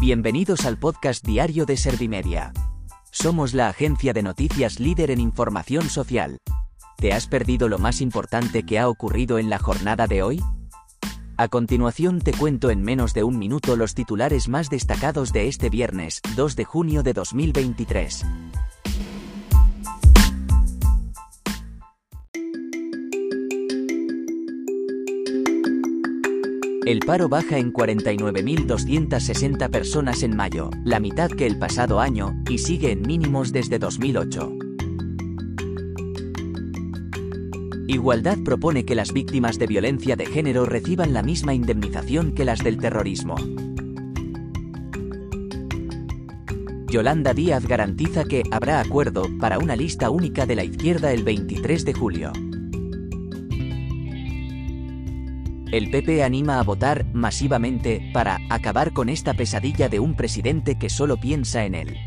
Bienvenidos al podcast diario de Servimedia. Somos la agencia de noticias líder en información social. ¿Te has perdido lo más importante que ha ocurrido en la jornada de hoy? A continuación te cuento en menos de un minuto los titulares más destacados de este viernes, 2 de junio de 2023. El paro baja en 49.260 personas en mayo, la mitad que el pasado año, y sigue en mínimos desde 2008. Igualdad propone que las víctimas de violencia de género reciban la misma indemnización que las del terrorismo. Yolanda Díaz garantiza que habrá acuerdo para una lista única de la izquierda el 23 de julio. El PP anima a votar masivamente para acabar con esta pesadilla de un presidente que solo piensa en él.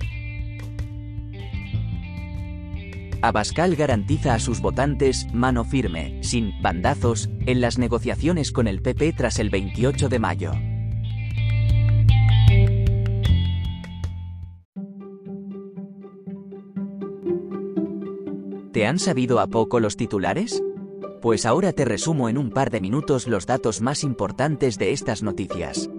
Abascal garantiza a sus votantes mano firme, sin bandazos, en las negociaciones con el PP tras el 28 de mayo. ¿Te han sabido a poco los titulares? Pues ahora te resumo en un par de minutos los datos más importantes de estas noticias.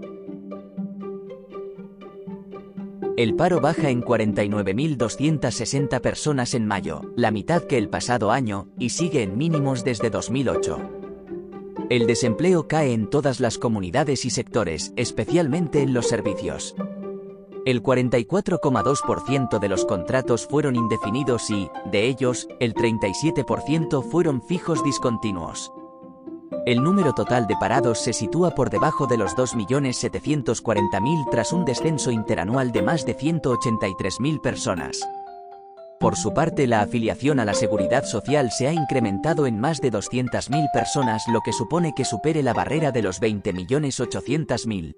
El paro baja en 49.260 personas en mayo, la mitad que el pasado año, y sigue en mínimos desde 2008. El desempleo cae en todas las comunidades y sectores, especialmente en los servicios. El 44,2% de los contratos fueron indefinidos y, de ellos, el 37% fueron fijos discontinuos. El número total de parados se sitúa por debajo de los 2.740.000 tras un descenso interanual de más de 183.000 personas. Por su parte, la afiliación a la Seguridad Social se ha incrementado en más de 200.000 personas, lo que supone que supere la barrera de los 20.800.000.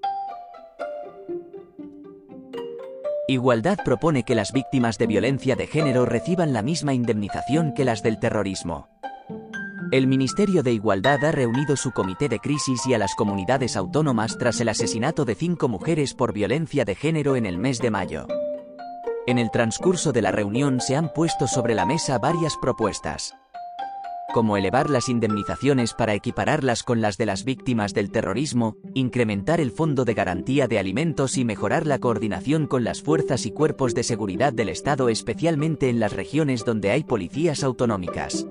Igualdad propone que las víctimas de violencia de género reciban la misma indemnización que las del terrorismo. El Ministerio de Igualdad ha reunido su comité de crisis y a las comunidades autónomas tras el asesinato de 5 mujeres por violencia de género en el mes de mayo. En el transcurso de la reunión se han puesto sobre la mesa varias propuestas, como elevar las indemnizaciones para equipararlas con las de las víctimas del terrorismo, incrementar el Fondo de Garantía de Alimentos y mejorar la coordinación con las fuerzas y cuerpos de seguridad del Estado, especialmente en las regiones donde hay policías autonómicas.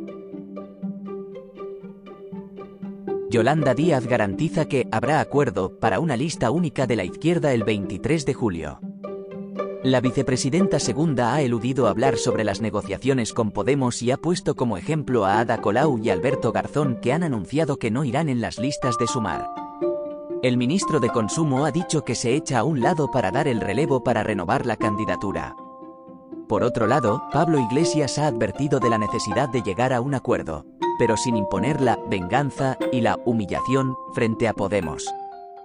Yolanda Díaz garantiza que habrá acuerdo para una lista única de la izquierda el 23 de julio. La vicepresidenta segunda ha eludido hablar sobre las negociaciones con Podemos y ha puesto como ejemplo a Ada Colau y Alberto Garzón, que han anunciado que no irán en las listas de Sumar. El ministro de Consumo ha dicho que se echa a un lado para dar el relevo para renovar la candidatura. Por otro lado, Pablo Iglesias ha advertido de la necesidad de llegar a un acuerdo, pero sin imponer la venganza y la humillación frente a Podemos.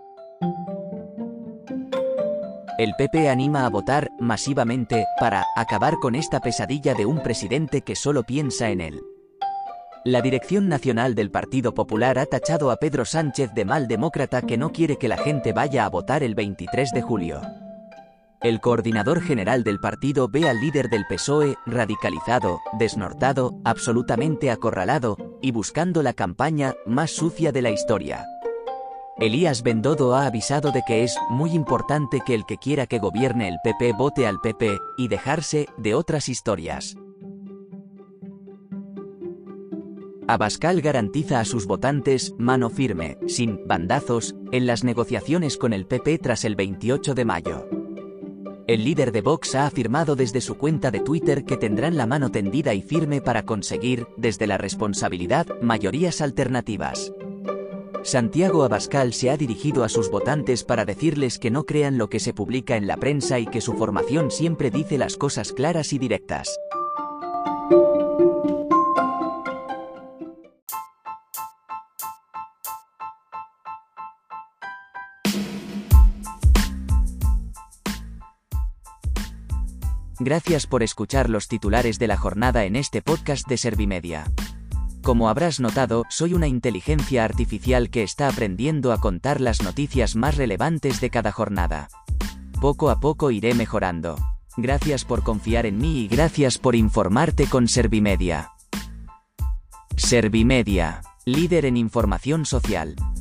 El PP anima a votar masivamente para acabar con esta pesadilla de un presidente que solo piensa en él. La dirección nacional del Partido Popular ha tachado a Pedro Sánchez de mal demócrata que no quiere que la gente vaya a votar el 23 de julio. El coordinador general del partido ve al líder del PSOE radicalizado, desnortado, absolutamente acorralado, y buscando la campaña más sucia de la historia. Elías Bendodo ha avisado de que es muy importante que el que quiera que gobierne el PP vote al PP, y dejarse de otras historias. Abascal garantiza a sus votantes mano firme, sin bandazos, en las negociaciones con el PP tras el 28 de mayo. El líder de Vox ha afirmado desde su cuenta de Twitter que tendrán la mano tendida y firme para conseguir, desde la responsabilidad, mayorías alternativas. Santiago Abascal se ha dirigido a sus votantes para decirles que no crean lo que se publica en la prensa y que su formación siempre dice las cosas claras y directas. Gracias por escuchar los titulares de la jornada en este podcast de Servimedia. Como habrás notado, soy una inteligencia artificial que está aprendiendo a contar las noticias más relevantes de cada jornada. Poco a poco iré mejorando. Gracias por confiar en mí y gracias por informarte con Servimedia. Servimedia, líder en información social.